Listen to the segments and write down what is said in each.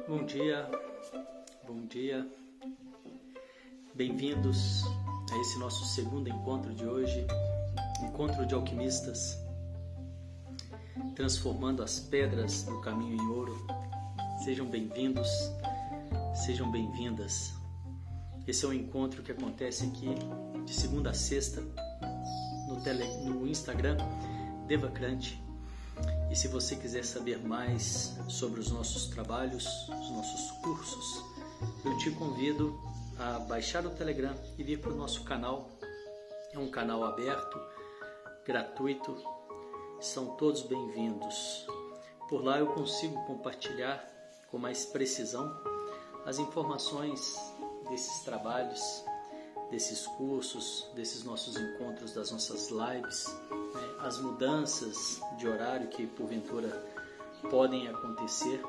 Bom dia, bom dia. Bem-vindos a esse nosso segundo encontro de hoje, encontro de alquimistas, transformando as pedras no caminho em ouro. Sejam bem-vindos, sejam bem-vindas. Esse é um encontro que acontece aqui de segunda a sexta no Instagram, Devacrante. E se você quiser saber mais sobre os nossos trabalhos, os nossos cursos, eu te convido a baixar o Telegram e vir para o nosso canal. É um canal aberto, gratuito, são todos bem-vindos. Por lá eu consigo compartilhar com mais precisão as informações desses trabalhos, desses cursos, desses nossos encontros, das nossas lives, as mudanças de horário que porventura podem acontecer,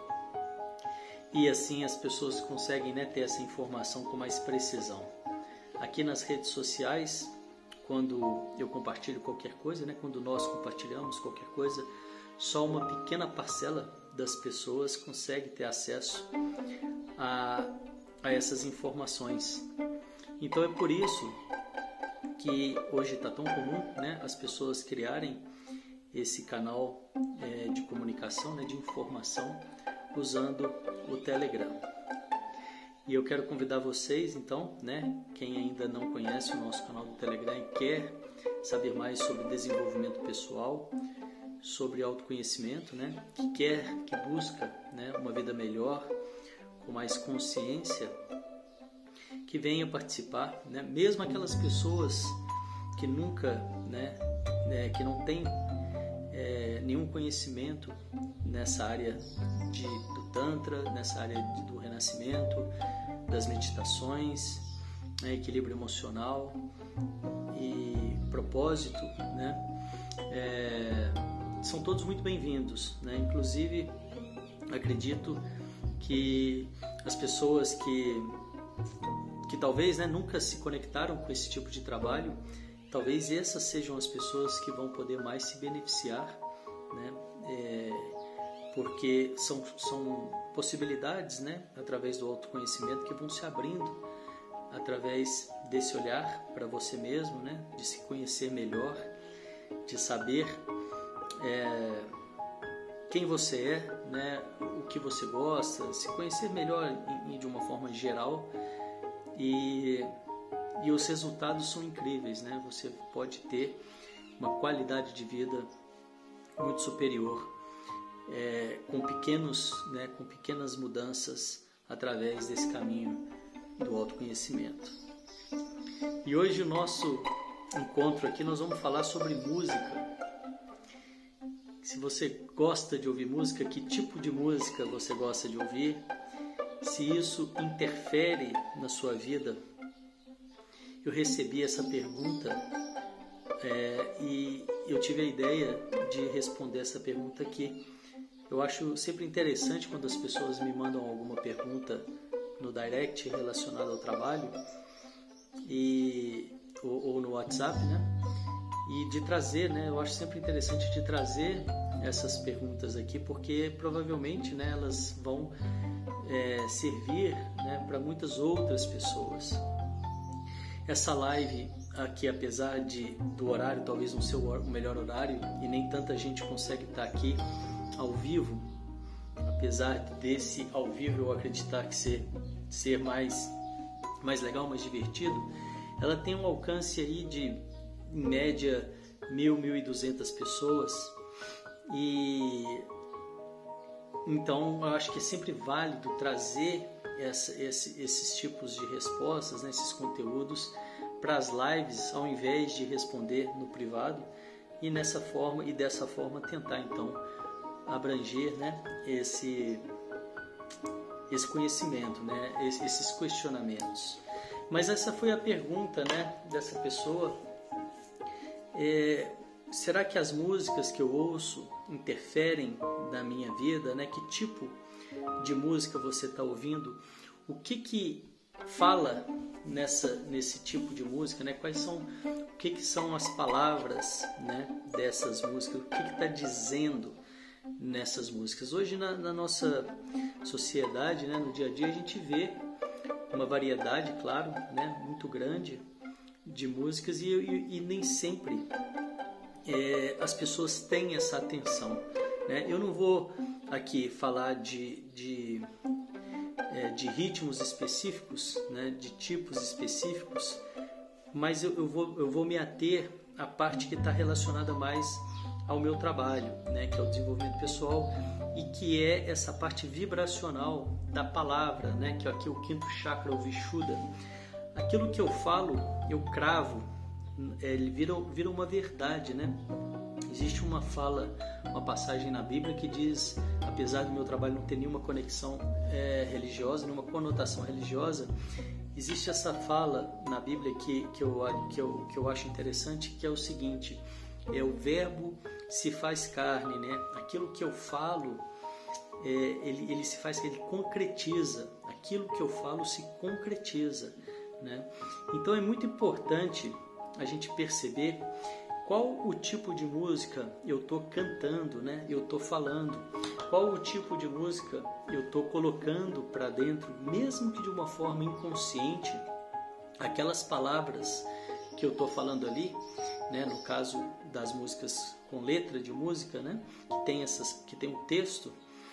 e assim as pessoas conseguem ter essa informação com mais precisão. Aqui nas redes sociais, quando eu compartilho qualquer coisa, quando nós compartilhamos qualquer coisa, só uma pequena parcela das pessoas consegue ter acesso a essas informações. Então é por isso que hoje está tão comum as pessoas criarem esse canal de comunicação, de informação, usando o Telegram. E eu quero convidar vocês, então, quem ainda não conhece o nosso canal do Telegram e quer saber mais sobre desenvolvimento pessoal, sobre autoconhecimento, que busca uma vida melhor, com mais consciência, que venha participar, mesmo aquelas pessoas que nunca, que não tem nenhum conhecimento nessa área do Tantra, nessa área do renascimento, das meditações, equilíbrio emocional e propósito, são todos muito bem-vindos, Inclusive, acredito que as pessoas que talvez nunca se conectaram com esse tipo de trabalho, talvez essas sejam as pessoas que vão poder mais se beneficiar, porque são possibilidades, através do autoconhecimento, que vão se abrindo através desse olhar para você mesmo, de se conhecer melhor, de saber quem você é, o que você gosta, se conhecer melhor de uma forma geral. E os resultados são incríveis, Você pode ter uma qualidade de vida muito superior, com pequenas mudanças através desse caminho do autoconhecimento. E hoje o nosso encontro aqui nós vamos falar sobre música. Se você gosta de ouvir música, que tipo de música você gosta de ouvir? Se isso interfere na sua vida. Eu recebi essa pergunta e eu tive a ideia de responder essa pergunta aqui. Eu acho sempre interessante quando as pessoas me mandam alguma pergunta no direct relacionada ao trabalho ou no WhatsApp, e de trazer, eu acho sempre interessante de trazer essas perguntas aqui, porque provavelmente elas vão servir para muitas outras pessoas. Essa live aqui, apesar do horário talvez não ser o melhor horário e nem tanta gente consegue estar aqui ao vivo, apesar desse ao vivo eu acreditar que ser mais legal, mais divertido, ela tem um alcance aí de, em média, 1.200 pessoas. E então eu acho que é sempre válido trazer esses tipos de respostas, esses conteúdos para as lives, ao invés de responder no privado, e dessa forma tentar então abranger esse conhecimento, esses questionamentos. Mas essa foi a pergunta dessa pessoa. Será que as músicas que eu ouço interferem na minha vida? Que tipo de música você está ouvindo? O que fala nesse tipo de música? O que são as palavras dessas músicas? O que está dizendo nessas músicas? Hoje na nossa sociedade, né, no dia a dia, a gente vê uma variedade, claro, né, muito grande de músicas e nem sempre as pessoas têm essa atenção, né? Eu não vou aqui falar de ritmos específicos, né, de tipos específicos, mas eu vou me ater à parte que está relacionada mais ao meu trabalho, né, que é o desenvolvimento pessoal e que é essa parte vibracional da palavra, né, que é aqui o quinto chakra, o Vishuddha. Aquilo que eu falo, eu cravo, ele vira uma verdade, né? Existe uma passagem na Bíblia que diz, apesar do meu trabalho não ter nenhuma conexão religiosa, nenhuma conotação religiosa, existe essa fala na Bíblia que eu acho interessante, que é o seguinte: o verbo se faz carne, né? Aquilo que eu falo, ele se faz, ele concretiza. Aquilo que eu falo se concretiza, né? Então é muito importante a gente perceber qual o tipo de música eu estou cantando, né? Eu estou falando. Qual o tipo de música eu estou colocando para dentro, mesmo que de uma forma inconsciente, aquelas palavras que eu estou falando ali, né? No caso das músicas com letra de música, né? Que tem um texto,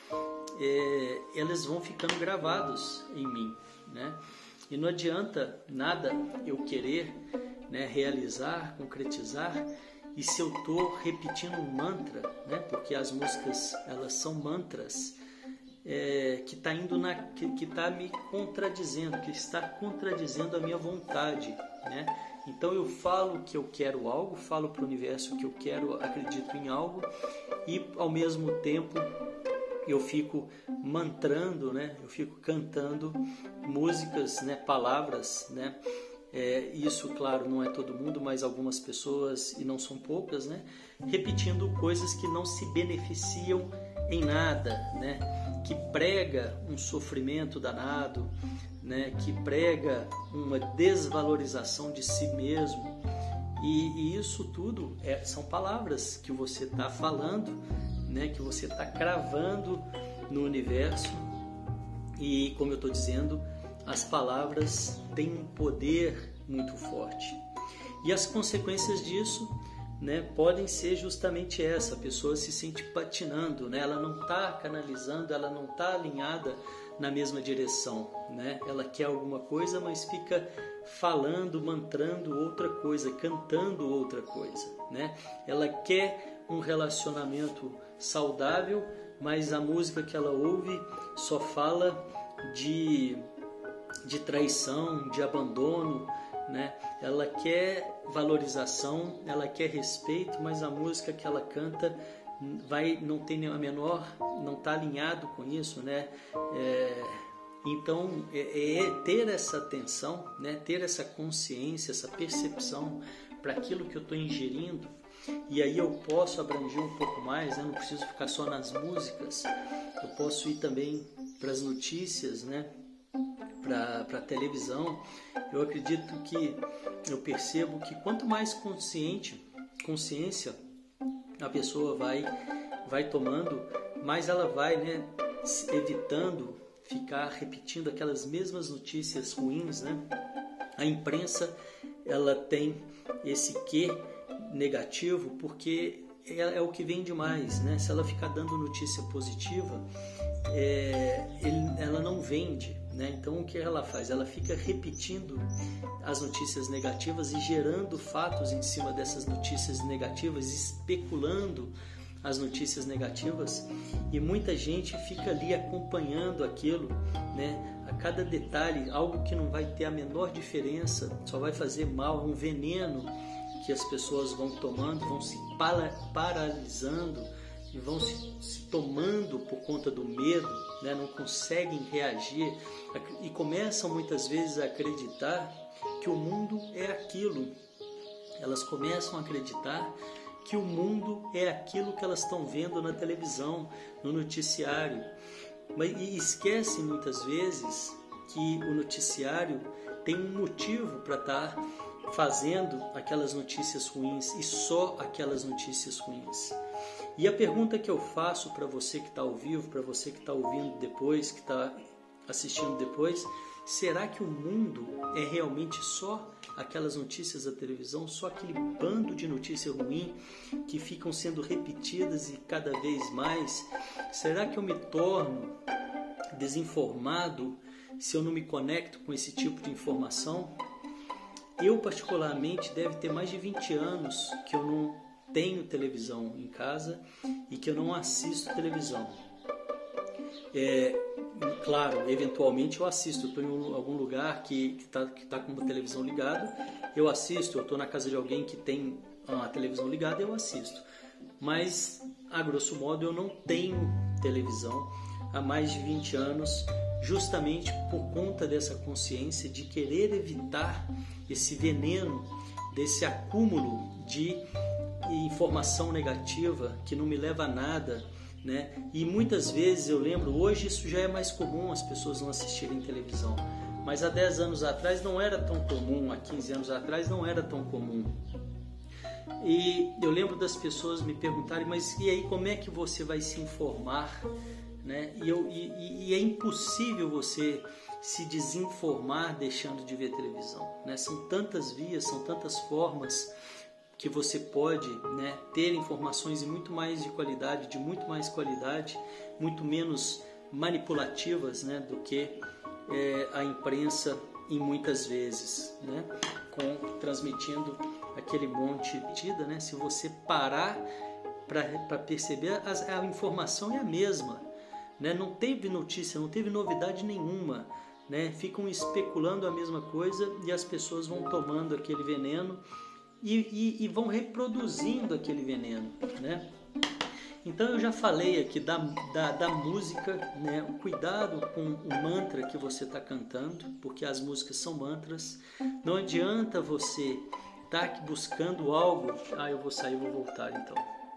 elas vão ficando gravados em mim, né? E não adianta nada eu querer, né, realizar, concretizar, e se eu estou repetindo um mantra, né, porque as músicas elas são mantras, que está me contradizendo, que está contradizendo a minha vontade, né? Então eu falo que eu quero algo, falo para o universo que eu quero, acredito em algo, e ao mesmo tempo eu fico mantrando, né? Eu fico cantando músicas, né? Palavras, né? Isso, claro, não é todo mundo, mas algumas pessoas, e não são poucas, né? Repetindo coisas que não se beneficiam em nada, né? Que prega um sofrimento danado, né? Que prega uma desvalorização de si mesmo. E isso tudo são palavras que você está falando, né? Que você está cravando no universo. E, como eu estou dizendo, as palavras têm um poder muito forte. E as consequências disso, né, podem ser justamente essa: a pessoa se sente patinando, né? Ela não está canalizando, ela não está alinhada na mesma direção, né? Ela quer alguma coisa, mas fica falando, mantrando outra coisa, cantando outra coisa, né? Ela quer um relacionamento saudável, mas a música que ela ouve só fala de traição, de abandono, né? Ela quer valorização, ela quer respeito, mas a música que ela canta não tem a menor, não está alinhado com isso, né? Então ter essa atenção, né? Ter essa consciência, essa percepção para aquilo que eu estou ingerindo. E aí eu posso abranger um pouco mais, né? Não preciso ficar só nas músicas, eu posso ir também para as notícias, né? Para a televisão. Eu acredito que eu percebo que quanto mais consciência a pessoa vai tomando, mais ela vai, né, evitando ficar repetindo aquelas mesmas notícias ruins, né? A imprensa, ela tem esse quê negativo porque é o que vende mais, né? Se ela ficar dando notícia positiva, ela não vende, né? Então o que ela faz? Ela fica repetindo as notícias negativas e gerando fatos em cima dessas notícias negativas, especulando as notícias negativas, e muita gente fica ali acompanhando aquilo, né? A cada detalhe, algo que não vai ter a menor diferença, só vai fazer mal, é um veneno que as pessoas vão tomando, vão se paralisando e vão se tomando por conta do medo, né? Não conseguem reagir e começam muitas vezes a acreditar que o mundo é aquilo. Elas começam a acreditar que o mundo é aquilo que elas estão vendo na televisão, no noticiário. E esquecem muitas vezes que o noticiário tem um motivo para estar fazendo aquelas notícias ruins e só aquelas notícias ruins. E a pergunta que eu faço para você que está ao vivo, para você que está ouvindo depois, que está assistindo depois, será que o mundo é realmente só aquelas notícias da televisão, só aquele bando de notícias ruins que ficam sendo repetidas e cada vez mais? Será que eu me torno desinformado se eu não me conecto com esse tipo de informação? Eu, particularmente, deve ter mais de 20 anos que eu não tenho televisão em casa e que eu não assisto televisão. Claro, eventualmente eu assisto. Eu estou em algum lugar que tá com a televisão ligada, eu assisto. Eu estou na casa de alguém que tem a televisão ligada, eu assisto. Mas, a grosso modo, eu não tenho televisão há mais de 20 anos, justamente por conta dessa consciência de querer evitar esse veneno, desse acúmulo de informação negativa que não me leva a nada, né? E muitas vezes eu lembro, hoje isso já é mais comum, as pessoas não assistirem televisão, mas há 10 anos atrás não era tão comum, há 15 anos atrás não era tão comum. E eu lembro das pessoas me perguntarem, mas e aí como é que você vai se informar? Né? E é impossível você se desinformar deixando de ver televisão, né? São tantas vias, são tantas formas que você pode, né, ter informações de muito mais qualidade, muito menos manipulativas, né, do que a imprensa em muitas vezes, né, transmitindo aquele monte de medida, né? Se você parar para perceber, a informação é a mesma. Né? Não teve notícia, não teve novidade nenhuma, né? Ficam especulando a mesma coisa e as pessoas vão tomando aquele veneno e vão reproduzindo aquele veneno, né? Então eu já falei aqui da música, né? O cuidado com o mantra que você está cantando, porque as músicas são mantras. Não adianta você estar buscando algo. Eu vou sair e vou voltar então.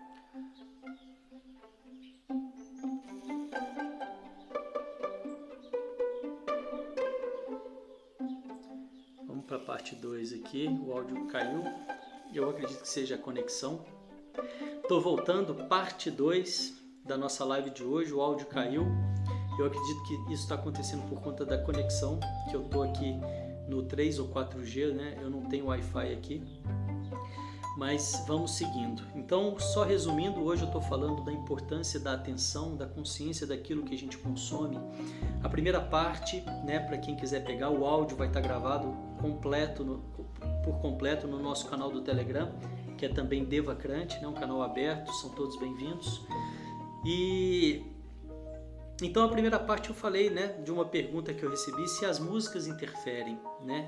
Para a parte 2 aqui, o áudio caiu, eu acredito que seja a conexão. Estou voltando, parte 2 da nossa live de hoje, o áudio caiu. Eu acredito que isso está acontecendo por conta da conexão, que eu estou aqui no 3 ou 4G, né? Eu não tenho Wi-Fi aqui, mas vamos seguindo. Então, só resumindo, hoje eu estou falando da importância da atenção, da consciência daquilo que a gente consome. A primeira parte, né, para quem quiser pegar, o áudio vai estar gravado por completo no nosso canal do Telegram, que é também Devacrante, né, um canal aberto, são todos bem-vindos. E então a primeira parte eu falei, né, de uma pergunta que eu recebi, se as músicas interferem, né,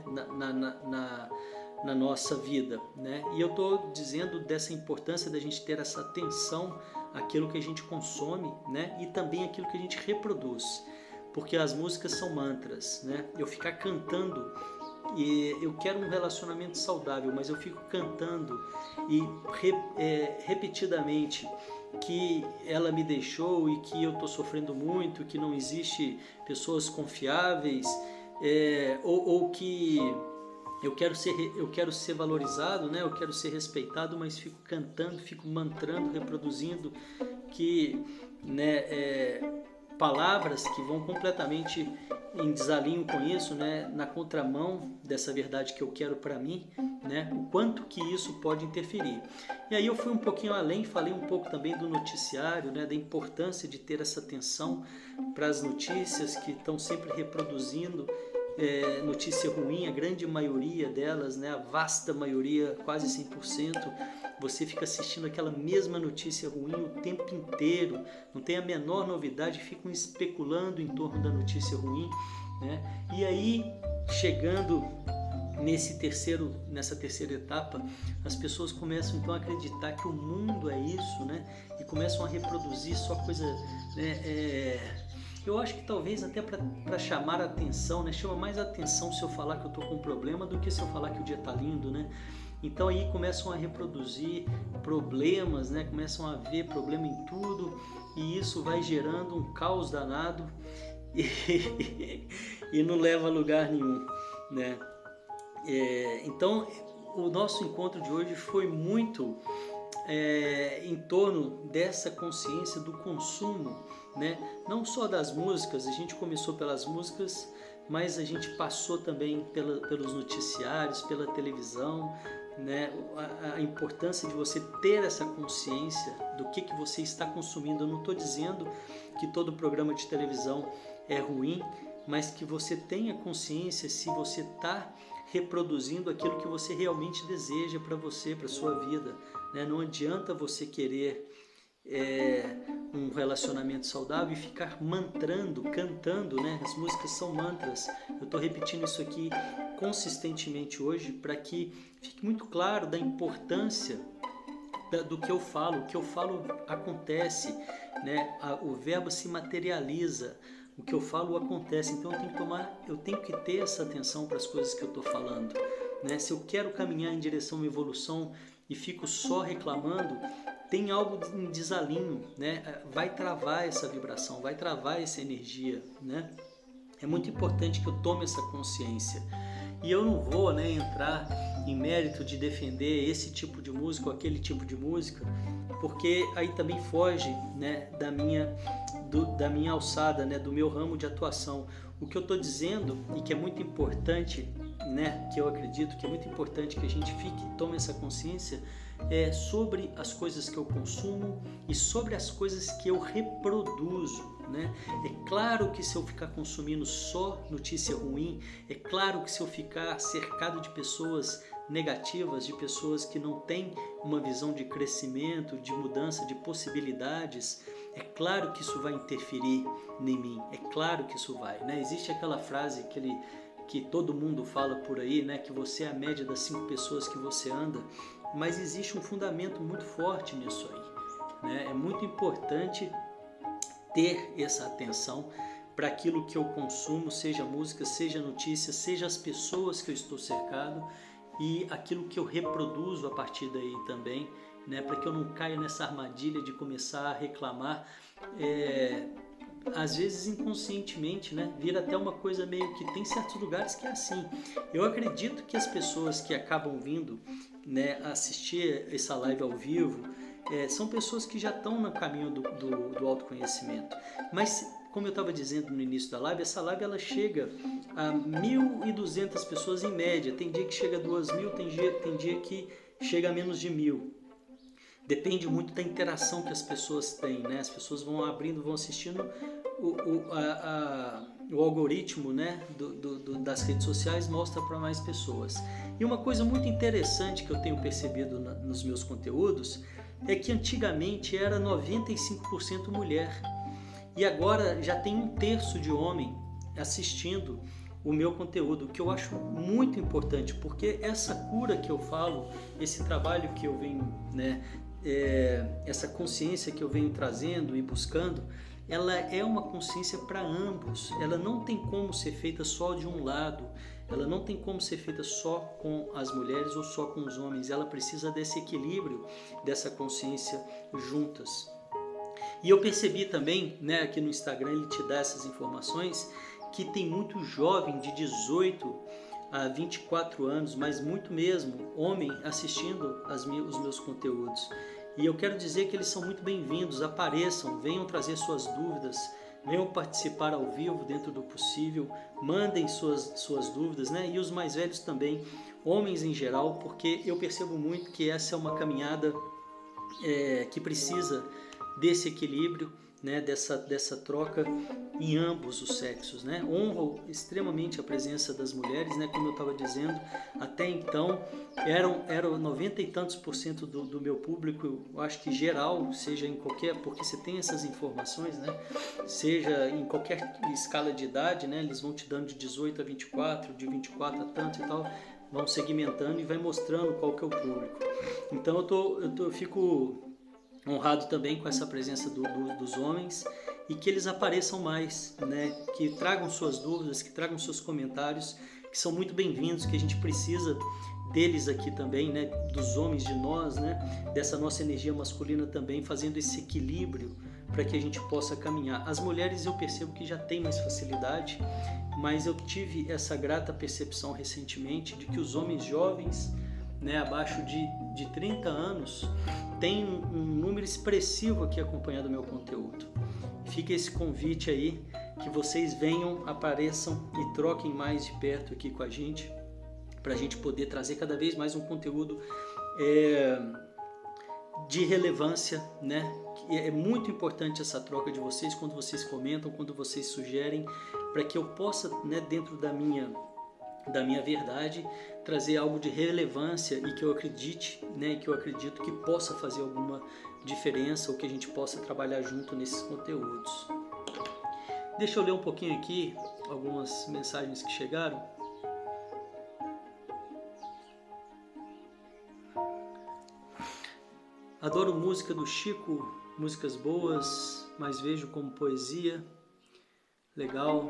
na nossa vida, né? E eu estou dizendo dessa importância da gente ter essa atenção àquilo que a gente consome, né? E também aquilo que a gente reproduz, porque as músicas são mantras, né? Eu ficar cantando, e eu quero um relacionamento saudável, mas eu fico cantando e repetidamente que ela me deixou e que eu estou sofrendo muito, que não existe pessoas confiáveis, ou que eu quero ser valorizado, né? Eu quero ser respeitado, mas fico cantando, fico mantrando, reproduzindo que, né, palavras que vão completamente em desalinho com isso, né? Na contramão dessa verdade que eu quero para mim, né? O quanto que isso pode interferir. E aí eu fui um pouquinho além, falei um pouco também do noticiário, né? Da importância de ter essa atenção para as notícias que estão sempre reproduzindo notícia ruim, a grande maioria delas, né, a vasta maioria, quase 100%, você fica assistindo aquela mesma notícia ruim o tempo inteiro, não tem a menor novidade, ficam especulando em torno da notícia ruim, né? E aí, chegando nessa terceira etapa, as pessoas começam então a acreditar que o mundo é isso, né? E começam a reproduzir só coisa, né, eu acho que talvez até para chamar a atenção, né? Chama mais a atenção se eu falar que eu estou com um problema do que se eu falar que o dia está lindo, né? Então aí começam a reproduzir problemas, né? Começam a ver problema em tudo e isso vai gerando um caos danado e não leva a lugar nenhum, né? Então o nosso encontro de hoje foi muito em torno dessa consciência do consumo, né? Não só das músicas, a gente começou pelas músicas, mas a gente passou também pelos noticiários, pela televisão, né? A importância de você ter essa consciência do que você está consumindo. Eu não estou dizendo que todo programa de televisão é ruim, mas que você tenha consciência se você está reproduzindo aquilo que você realmente deseja para você, para a sua vida, né? Não adianta você querer um relacionamento saudável e ficar mantrando, cantando, né? As músicas são mantras. Eu estou repetindo isso aqui consistentemente hoje para que fique muito claro da importância do que eu falo. O que eu falo acontece, né? O verbo se materializa. O que eu falo acontece. Então eu tenho que ter essa atenção para as coisas que eu estou falando, né? Se eu quero caminhar em direção a uma evolução e fico só reclamando, tem algo em desalinho, né? Vai travar essa vibração, vai travar essa energia, né? É muito importante que eu tome essa consciência. E eu não vou, né, entrar em mérito de defender esse tipo de música ou aquele tipo de música, porque aí também foge, né, da minha alçada, né, do meu ramo de atuação. O que eu estou dizendo, e que é muito importante, né, que eu acredito que é muito importante que a gente tome essa consciência, é sobre as coisas que eu consumo e sobre as coisas que eu reproduzo, né? É claro que se eu ficar consumindo só notícia ruim, é claro que se eu ficar cercado de pessoas negativas, de pessoas que não têm uma visão de crescimento, de mudança, de possibilidades, é claro que isso vai interferir em mim, é claro que isso vai, né? Existe aquela frase que todo mundo fala por aí, né? Que você é a média das 5 pessoas que você anda, mas existe um fundamento muito forte nisso aí, né? É muito importante ter essa atenção para aquilo que eu consumo, seja música, seja notícia, seja as pessoas que eu estou cercado e aquilo que eu reproduzo a partir daí também, né? Para que eu não caia nessa armadilha de começar a reclamar, às vezes inconscientemente, né? Vira até uma coisa meio que tem certos lugares que é assim. Eu acredito que as pessoas que acabam vindo, né, assistir essa live ao vivo, são pessoas que já estão no caminho do autoconhecimento. Mas, como eu estava dizendo no início da live, essa live ela chega a 1.200 pessoas em média. Tem dia que chega a 2.000, tem dia que chega a menos de 1.000. Depende muito da interação que as pessoas têm, né? As pessoas vão abrindo, vão assistindo, o algoritmo, né, das redes sociais mostra para mais pessoas. E uma coisa muito interessante que eu tenho percebido nos meus conteúdos é que antigamente era 95% mulher e agora já tem 1/3 de homem assistindo o meu conteúdo, o que eu acho muito importante, porque essa cura que eu falo, esse trabalho que eu venho, né, essa consciência que eu venho trazendo e buscando, ela é uma consciência para ambos. Ela não tem como ser feita só de um lado, ela não tem como ser feita só com as mulheres ou só com os homens. Ela precisa desse equilíbrio, dessa consciência juntas. E eu percebi também, né, aqui no Instagram ele te dá essas informações, que tem muito jovem de 18 a 24 anos, mas muito mesmo, homem assistindo os meus conteúdos. E eu quero dizer que eles são muito bem-vindos, apareçam, venham trazer suas dúvidas, venham participar ao vivo dentro do possível, mandem suas dúvidas, né? E os mais velhos também, homens em geral, porque eu percebo muito que essa é uma caminhada que precisa desse equilíbrio, né? Dessa troca em ambos os sexos, né? Honro extremamente a presença das mulheres, né? Como eu estava dizendo, até então eram 90 e tantos % do meu público, eu acho que geral, seja em qualquer, porque você tem essas informações, né? Seja em qualquer escala de idade, né? Eles vão te dando de 18 a 24, de 24 a tanto e tal, vão segmentando e vai mostrando qual que é o público. Então eu fico honrado também com essa presença dos homens e que eles apareçam mais, né? Que tragam suas dúvidas, que tragam seus comentários, que são muito bem-vindos, que a gente precisa deles aqui também, né? Dos homens, de nós, né? Dessa nossa energia masculina também, fazendo esse equilíbrio para que a gente possa caminhar. As mulheres eu percebo que já têm mais facilidade, mas eu tive essa grata percepção recentemente de que os homens jovens né, abaixo de 30 anos, tem um número expressivo aqui acompanhando o meu conteúdo. Fica esse convite aí, que vocês venham, apareçam e troquem mais de perto aqui com a gente, para a gente poder trazer cada vez mais um conteúdo de relevância, né? É muito importante essa troca de vocês, quando vocês comentam, quando vocês sugerem, para que eu possa, né, dentro da minha verdade, trazer algo de relevância e que eu acredite, né, que eu acredito que possa fazer alguma diferença ou que a gente possa trabalhar junto nesses conteúdos. Deixa eu ler um pouquinho aqui algumas mensagens que chegaram. Adoro música do Chico, músicas boas, mas vejo como poesia. Legal.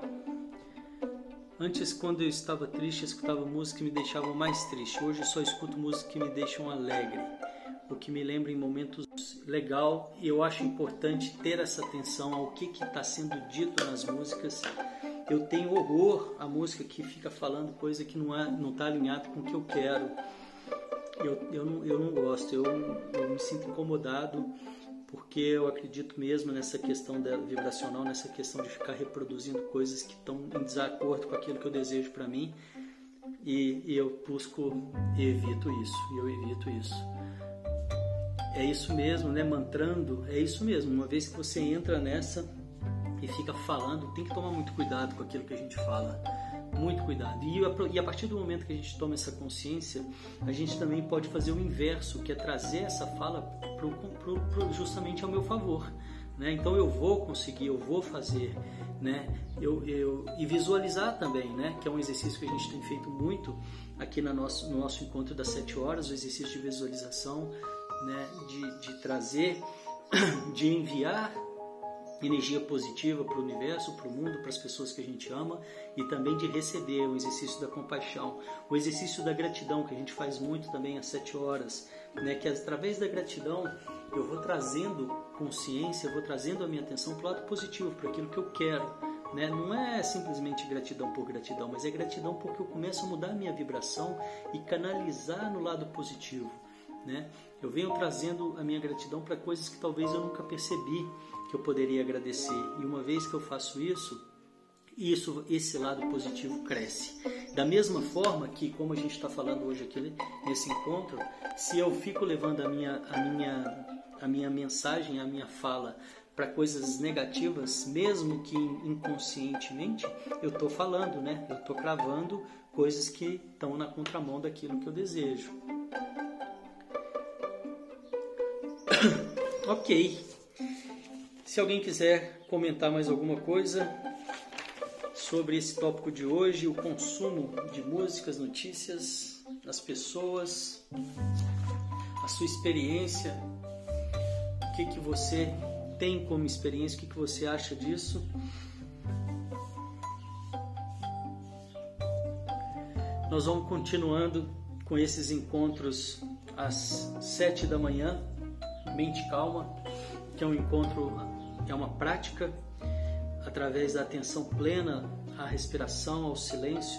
Antes, quando eu estava triste, escutava música que me deixava mais triste. Hoje só escuto música que me deixam alegre, o que me lembra em momentos legal. E eu acho importante ter essa atenção ao que está sendo dito nas músicas. Eu tenho horror à música que fica falando coisa que não está alinhada com o que eu quero. Eu não gosto, eu me sinto incomodado, porque eu acredito mesmo nessa questão da vibracional, nessa questão de ficar reproduzindo coisas que estão em desacordo com aquilo que eu desejo para mim, e eu busco e evito isso. É isso mesmo, né? Mantrando, é isso mesmo. Uma vez que você entra nessa e fica falando, tem que tomar muito cuidado com aquilo que a gente fala. Muito cuidado. E a partir do momento que a gente toma essa consciência, a gente também pode fazer o inverso, que é trazer essa fala justamente ao meu favor, né? Então eu vou conseguir, eu vou fazer, né? E visualizar também, né? Que é um exercício que a gente tem feito muito aqui no nosso encontro das 7 horas, o exercício de visualização, né? De trazer, de enviar energia positiva para o universo, para o mundo, para as pessoas que a gente ama, e também de receber o exercício da compaixão, o exercício da gratidão, que a gente faz muito também às 7 horas, né? Que através da gratidão eu vou trazendo consciência, eu vou trazendo a minha atenção para o lado positivo, para aquilo que eu quero, né? Não é simplesmente gratidão por gratidão, mas é gratidão porque eu começo a mudar a minha vibração e canalizar no lado positivo, né? Eu venho trazendo a minha gratidão para coisas que talvez eu nunca percebi que eu poderia agradecer, e uma vez que eu faço isso, esse lado positivo cresce. Da mesma forma que, como a gente está falando hoje aqui nesse encontro, se eu fico levando a minha mensagem, a minha fala para coisas negativas, mesmo que inconscientemente, eu estou falando, né? Eu estou cravando coisas que estão na contramão daquilo que eu desejo. Ok. Se alguém quiser comentar mais alguma coisa sobre esse tópico de hoje, o consumo de músicas, notícias, das pessoas, a sua experiência, o que você tem como experiência, o que você acha disso? Nós vamos continuando com esses encontros às 7 da manhã, Mente Calma, que é um encontro, é uma prática através da atenção plena à respiração, ao silêncio,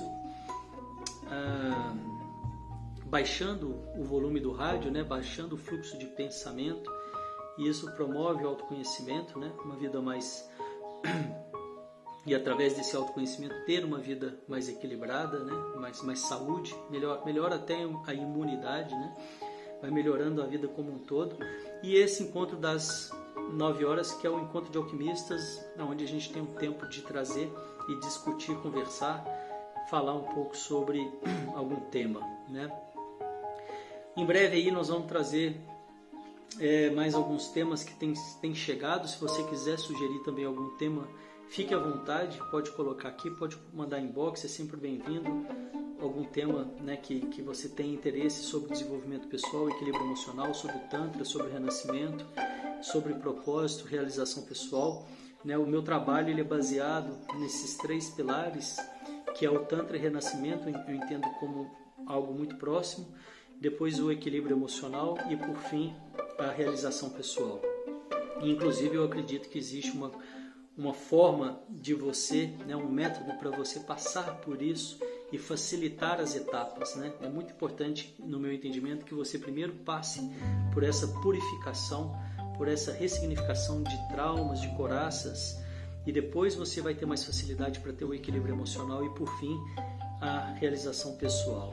baixando o volume do rádio, né? Baixando o fluxo de pensamento, e isso promove o autoconhecimento, né? Uma vida mais... e através desse autoconhecimento ter uma vida mais equilibrada, né? mais saúde, melhora até a imunidade, né? Vai melhorando a vida como um todo. E esse encontro das 9 horas, que é o encontro de alquimistas, onde a gente tem um tempo de trazer e discutir, conversar, falar um pouco sobre algum tema, né? Em breve aí nós vamos trazer mais alguns temas que têm chegado. Se você quiser sugerir também algum tema, fique à vontade, pode colocar aqui, pode mandar inbox, é sempre bem-vindo. Algum tema, né, que você tem interesse sobre desenvolvimento pessoal, equilíbrio emocional, sobre Tantra, sobre renascimento, sobre propósito, realização pessoal, né? O meu trabalho ele é baseado nesses 3 pilares, que é o Tantra e renascimento, eu entendo como algo muito próximo, depois o equilíbrio emocional e, por fim, a realização pessoal. E, inclusive, eu acredito que existe uma forma de você, né, um método para você passar por isso e facilitar as etapas, né? É muito importante, no meu entendimento, que você primeiro passe por essa purificação, por essa ressignificação de traumas, de couraças, e depois você vai ter mais facilidade para ter o equilíbrio emocional e, por fim, a realização pessoal.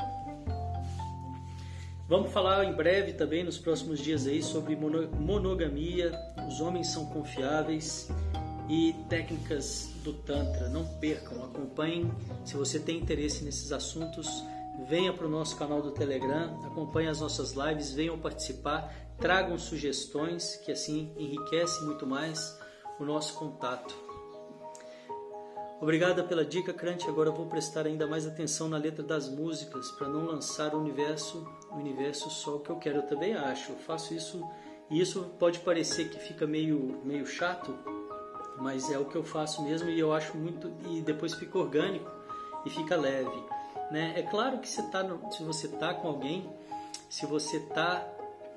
Vamos falar em breve também, nos próximos dias aí, sobre monogamia, os homens são confiáveis e técnicas do Tantra. Não percam, acompanhem. Se você tem interesse nesses assuntos, venha para o nosso canal do Telegram, acompanhe as nossas lives, venham participar, tragam sugestões, que assim enriquece muito mais o nosso contato. Obrigada pela dica, Krante. Agora eu vou prestar ainda mais atenção na letra das músicas para não lançar o universo só o que eu quero. Eu também acho, eu faço isso e isso pode parecer que fica meio chato, mas é o que eu faço mesmo e eu acho muito, e depois fica orgânico e fica leve, né? É claro que se você está com alguém, se você está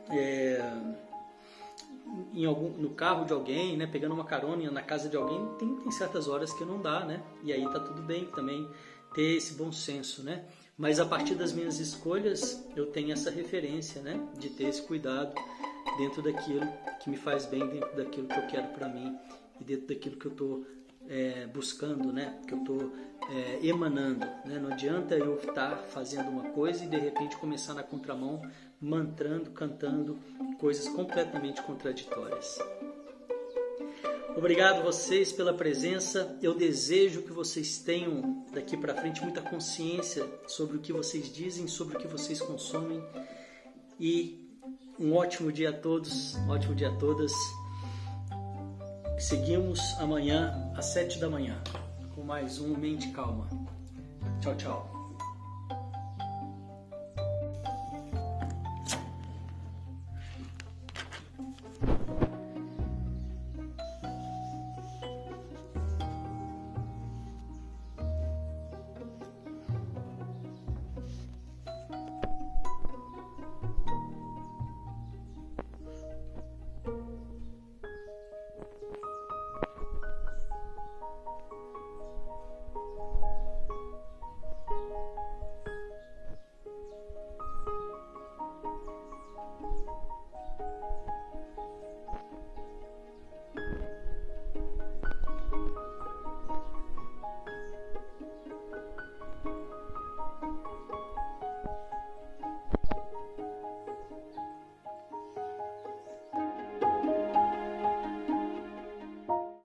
no carro de alguém, né, pegando uma carona na casa de alguém, tem certas horas que não dá, né? E aí tá tudo bem também ter esse bom senso, né? Mas a partir das minhas escolhas, eu tenho essa referência, né, de ter esse cuidado dentro daquilo que me faz bem, dentro daquilo que eu quero para mim e dentro daquilo que eu estou buscando, né, que eu estou emanando, né? Não adianta eu estar fazendo uma coisa e de repente começar na contramão, mantrando, cantando coisas completamente contraditórias. Obrigado vocês pela presença. Eu desejo que vocês tenham daqui para frente muita consciência sobre o que vocês dizem, sobre o que vocês consomem. E um ótimo dia a todos, um ótimo dia a todas. Seguimos amanhã às 7 da manhã com mais um Mente Calma. Tchau, tchau.